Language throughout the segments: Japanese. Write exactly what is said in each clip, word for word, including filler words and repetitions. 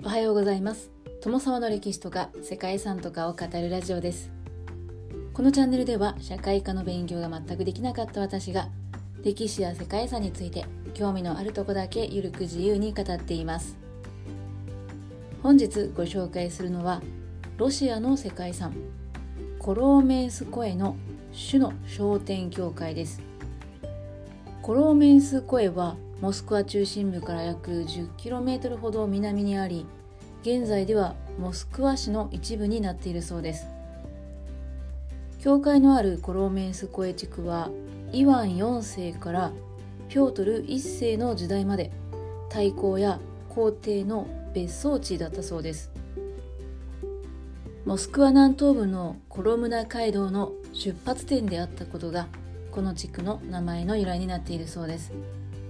おはようございます。友沢の歴史とか世界遺産とかを語るラジオです。このチャンネルでは社会科の勉強が全くできなかった私が歴史や世界遺産について興味のあるとこだけゆるく自由に語っています。本日ご紹介するのはロシアの世界遺産コローメンスコエの主の商店教会です。コローメンスコエはモスクワ中心部から約 じゅっキロメートル ほど南にあり、現在ではモスクワ市の一部になっているそうです。教会のあるコローメンスコエ地区はイワンよんせいからピョートルいっせいの時代まで大公や皇帝の別荘地だったそうです。モスクワ南東部のコロムナ街道の出発点であったことがこの地区の名前の由来になっているそうです。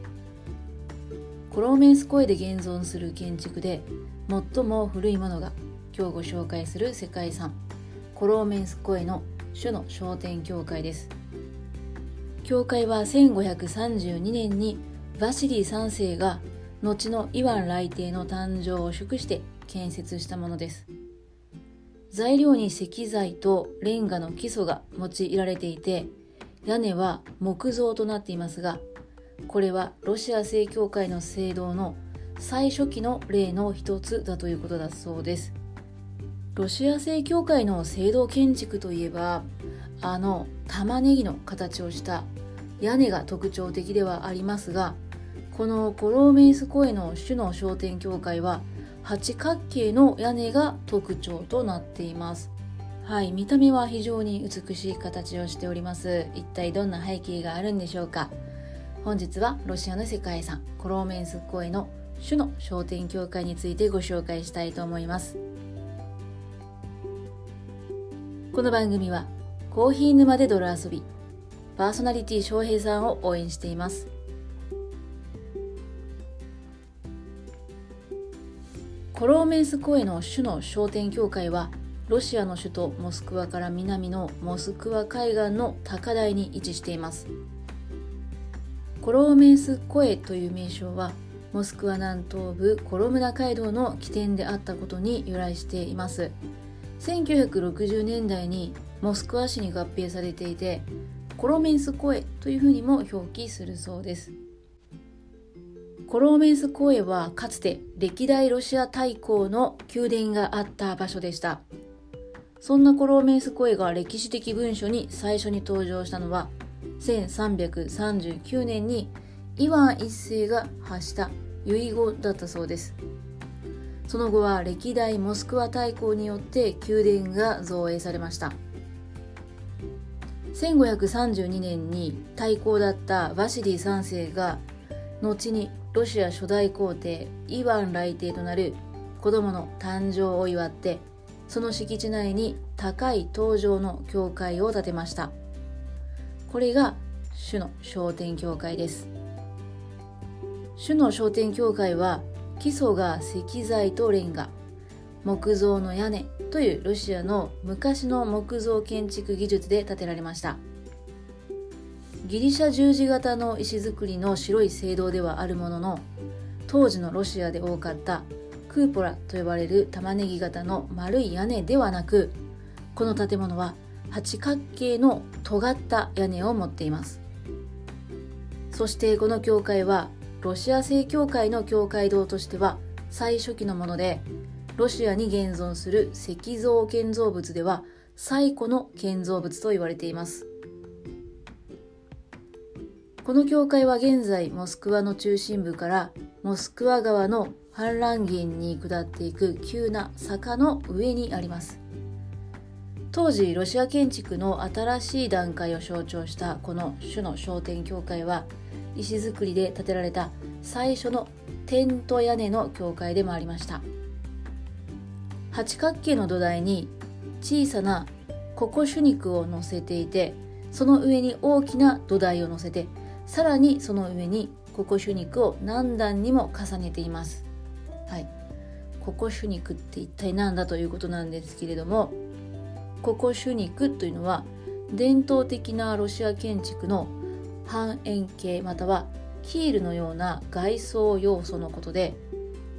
コローメンスコエで現存する建築で最も古いものが今日ご紹介する世界遺産コローメンスコエの主の商店教会です。教会はせんごひゃくさんじゅうにねんにバシリーさんせいが後のイワン来帝の誕生を祝して建設したものです。材料に石材とレンガの基礎が用いられていて、屋根は木造となっていますが、これはロシア正教会の聖堂の最初期の例の一つだということだそうです。ロシア正教会の聖堂建築といえば、あの玉ねぎの形をした屋根が特徴的ではありますが、このコローメンスコエの主の商店教会は八角形の屋根が特徴となっています。はい、見た目は非常に美しい形をしております。一体どんな背景があるんでしょうか。本日はロシアの世界遺産コローメンスコエの主の商店教会についてご紹介したいと思います。この番組はコーヒー沼で泥遊びパーソナリティ翔平さんを応援しています。コローメンスコエの主の商店教会はロシアの首都モスクワから南のモスクワ海岸の高台に位置しています。コローメンスコエという名称はモスクワ南東部コロムナ街道の起点であったことに由来しています。せんきゅうひゃくろくじゅうねんだいにモスクワ市に合併されていて、コロメンスコエというふうにも表記するそうです。コローメンスコエはかつて歴代ロシア大公の宮殿があった場所でした。そんなコローメンスコエが歴史的文書に最初に登場したのはせんさんびゃくさんじゅうきゅうねんにイワンいっせいが発した遺語だったそうです。その後は歴代モスクワ大公によって宮殿が造営されました。せんごひゃくさんじゅうにねんに大公だったバシリーさんせいが後にロシア初代皇帝イワン来帝となる子供の誕生を祝って、その敷地内に高い塔状の教会を建てました。これが主の商店教会です。主の商店教会は基礎が石材とレンガ、木造の屋根というロシアの昔の木造建築技術で建てられました。ギリシャ十字型の石造りの白い聖堂ではあるものの、当時のロシアで多かったクーポラと呼ばれる玉ねぎ型の丸い屋根ではなく、この建物は八角形の尖った屋根を持っています。そしてこの教会はロシア正教会の教会堂としては最初期のもので、ロシアに現存する石造建造物では最古の建造物と言われています。この教会は現在モスクワの中心部からモスクワ川の氾濫源に下っていく急な坂の上にあります。当時ロシア建築の新しい段階を象徴したこの主の商店教会は石造りで建てられた最初のテント屋根の教会でもありました。八角形の土台に小さなココシュ肉を乗せていて、その上に大きな土台を乗せて、さらにその上にココシュ肉を何段にも重ねています。はい、ココシュ肉って一体何だということなんですけれども、ココシュ肉というのは伝統的なロシア建築の半円形またはキールのような外装要素のことで、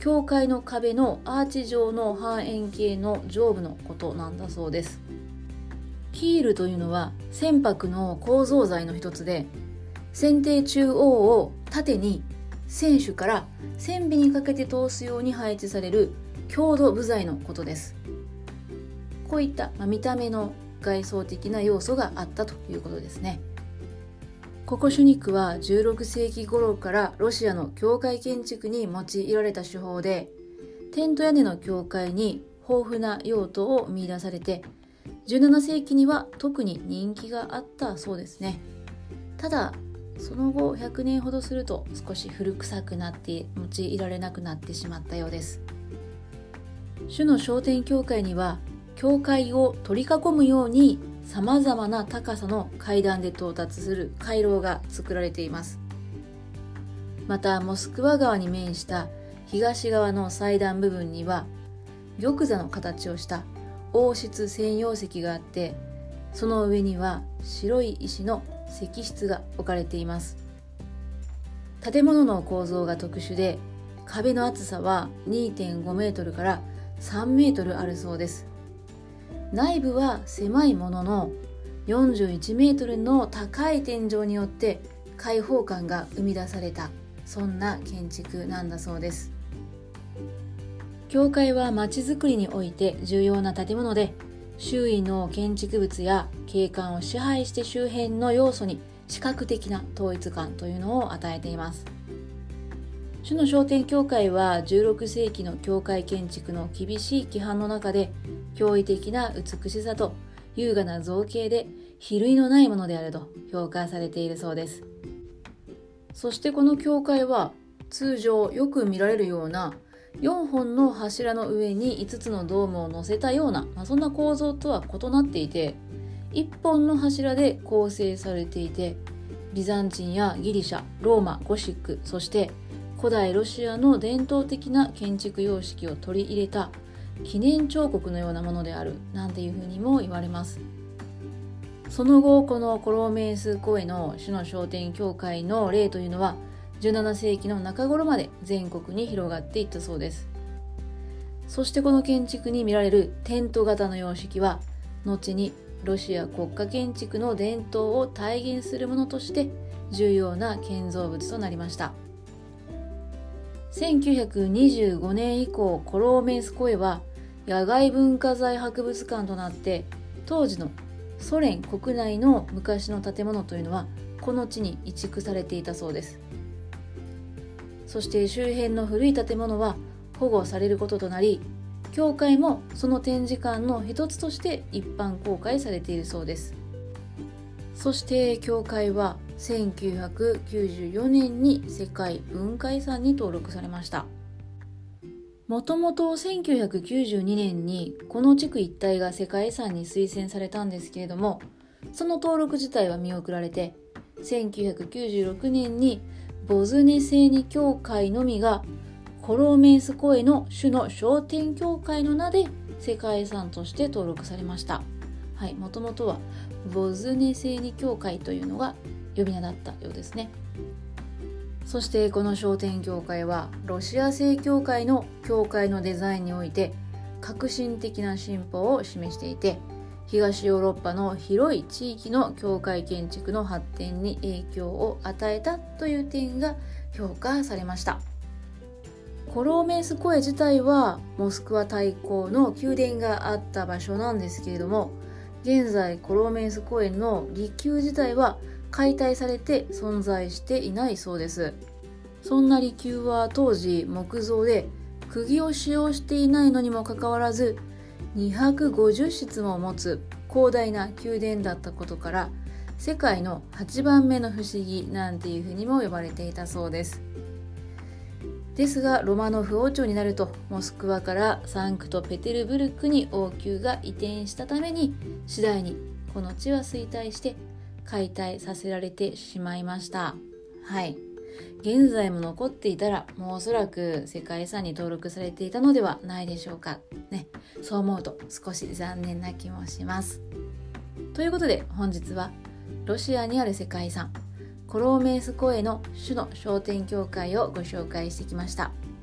教会の壁のアーチ状の半円形の上部のことなんだそうです。キールというのは船舶の構造材の一つで、船底中央を縦に船首から船尾にかけて通すように配置される強度部材のことです。こういった、まあ、見た目の外装的な要素があったということですね。ここシュニックはじゅうろくせいき頃からロシアの教会建築に用いられた手法で、テント屋根の教会に豊富な用途を見出されて、じゅうななせいきには特に人気があったそうですね。ただその後ひゃくねんほどすると少し古臭くなって用いられなくなってしまったようです。主の昇天教会には教会を取り囲むようにさまざまな高さの階段で到達する回廊が作られています。またモスクワ川に面した東側の祭壇部分には玉座の形をした王室専用席があって、その上には白い石の石室が置かれています。建物の構造が特殊で、壁の厚さは にてんごメートルからさんメートルあるそうです。内部は狭いもののよんじゅういちメートルの高い天井によって開放感が生み出された、そんな建築なんだそうです。教会は町づくりにおいて重要な建物で、周囲の建築物や景観を支配して周辺の要素に視覚的な統一感というのを与えています。主の昇天教会はじゅうろくせいきの教会建築の厳しい規範の中で、驚異的な美しさと優雅な造形で比類のないものであると評価されているそうです。そしてこの教会は通常よく見られるようなよんほんの柱の上にいつつのドームを乗せたような、まあ、そんな構造とは異なっていて、いっぽんの柱で構成されていて、ビザンチンやギリシャ、ローマ、ゴシック、そして古代ロシアの伝統的な建築様式を取り入れた記念彫刻のようなものである、なんていうふうにも言われます。その後このコローメンスコエの主の昇天教会の例というのはじゅうななせいきの中頃まで全国に広がっていったそうです。そしてこの建築に見られるテント型の様式は後にロシア国家建築の伝統を体現するものとして重要な建造物となりました。せんきゅうひゃくにじゅうごねん以降、コローメンスコエは野外文化財博物館となって、当時のソ連国内の昔の建物というのはこの地に移築されていたそうです。そして周辺の古い建物は保護されることとなり、教会もその展示館の一つとして一般公開されているそうです。そして教会はせんきゅうひゃくきゅうじゅうよねんに世界文化遺産に登録されました。もともとせんきゅうひゃくきゅうじゅうにねんにこの地区一帯が世界遺産に推薦されたんですけれども、その登録自体は見送られて、せんきゅうひゃくきゅうじゅうろくねんにボズネセーニ教会のみがコローメンスコエの主の昇天教会の名で世界遺産として登録されました。はい、もともとはボズネセーニ教会というのが呼び名だったようですね。そしてこの昇天教会はロシア正教会の教会のデザインにおいて革新的な進歩を示していて、東ヨーロッパの広い地域の教会建築の発展に影響を与えたという点が評価されました。コローメンスコエ自体はモスクワ大公の宮殿があった場所なんですけれども、現在コローメンスコエの離宮自体は解体されて存在していないそうです。そんな離宮は当時木造で釘を使用していないのにもかかわらずにひゃくごじゅっしつも持つ広大な宮殿だったことから、世界のはちばんめの不思議なんていうふうにも呼ばれていたそうです。ですがロマノフ王朝になるとモスクワからサンクトペテルブルクに王宮が移転したために、次第にこの地は衰退して解体させられてしまいました。はい、現在も残っていたらもうおそらく世界遺産に登録されていたのではないでしょうかね。そう思うと少し残念な気もします。ということで本日はロシアにある世界遺産コローメンスコエの主の昇天教会をご紹介してきました。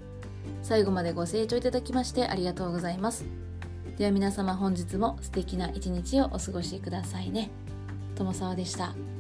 最後までご清聴いただきましてありがとうございます。では皆様、本日も素敵な一日をお過ごしくださいね。友沢でした。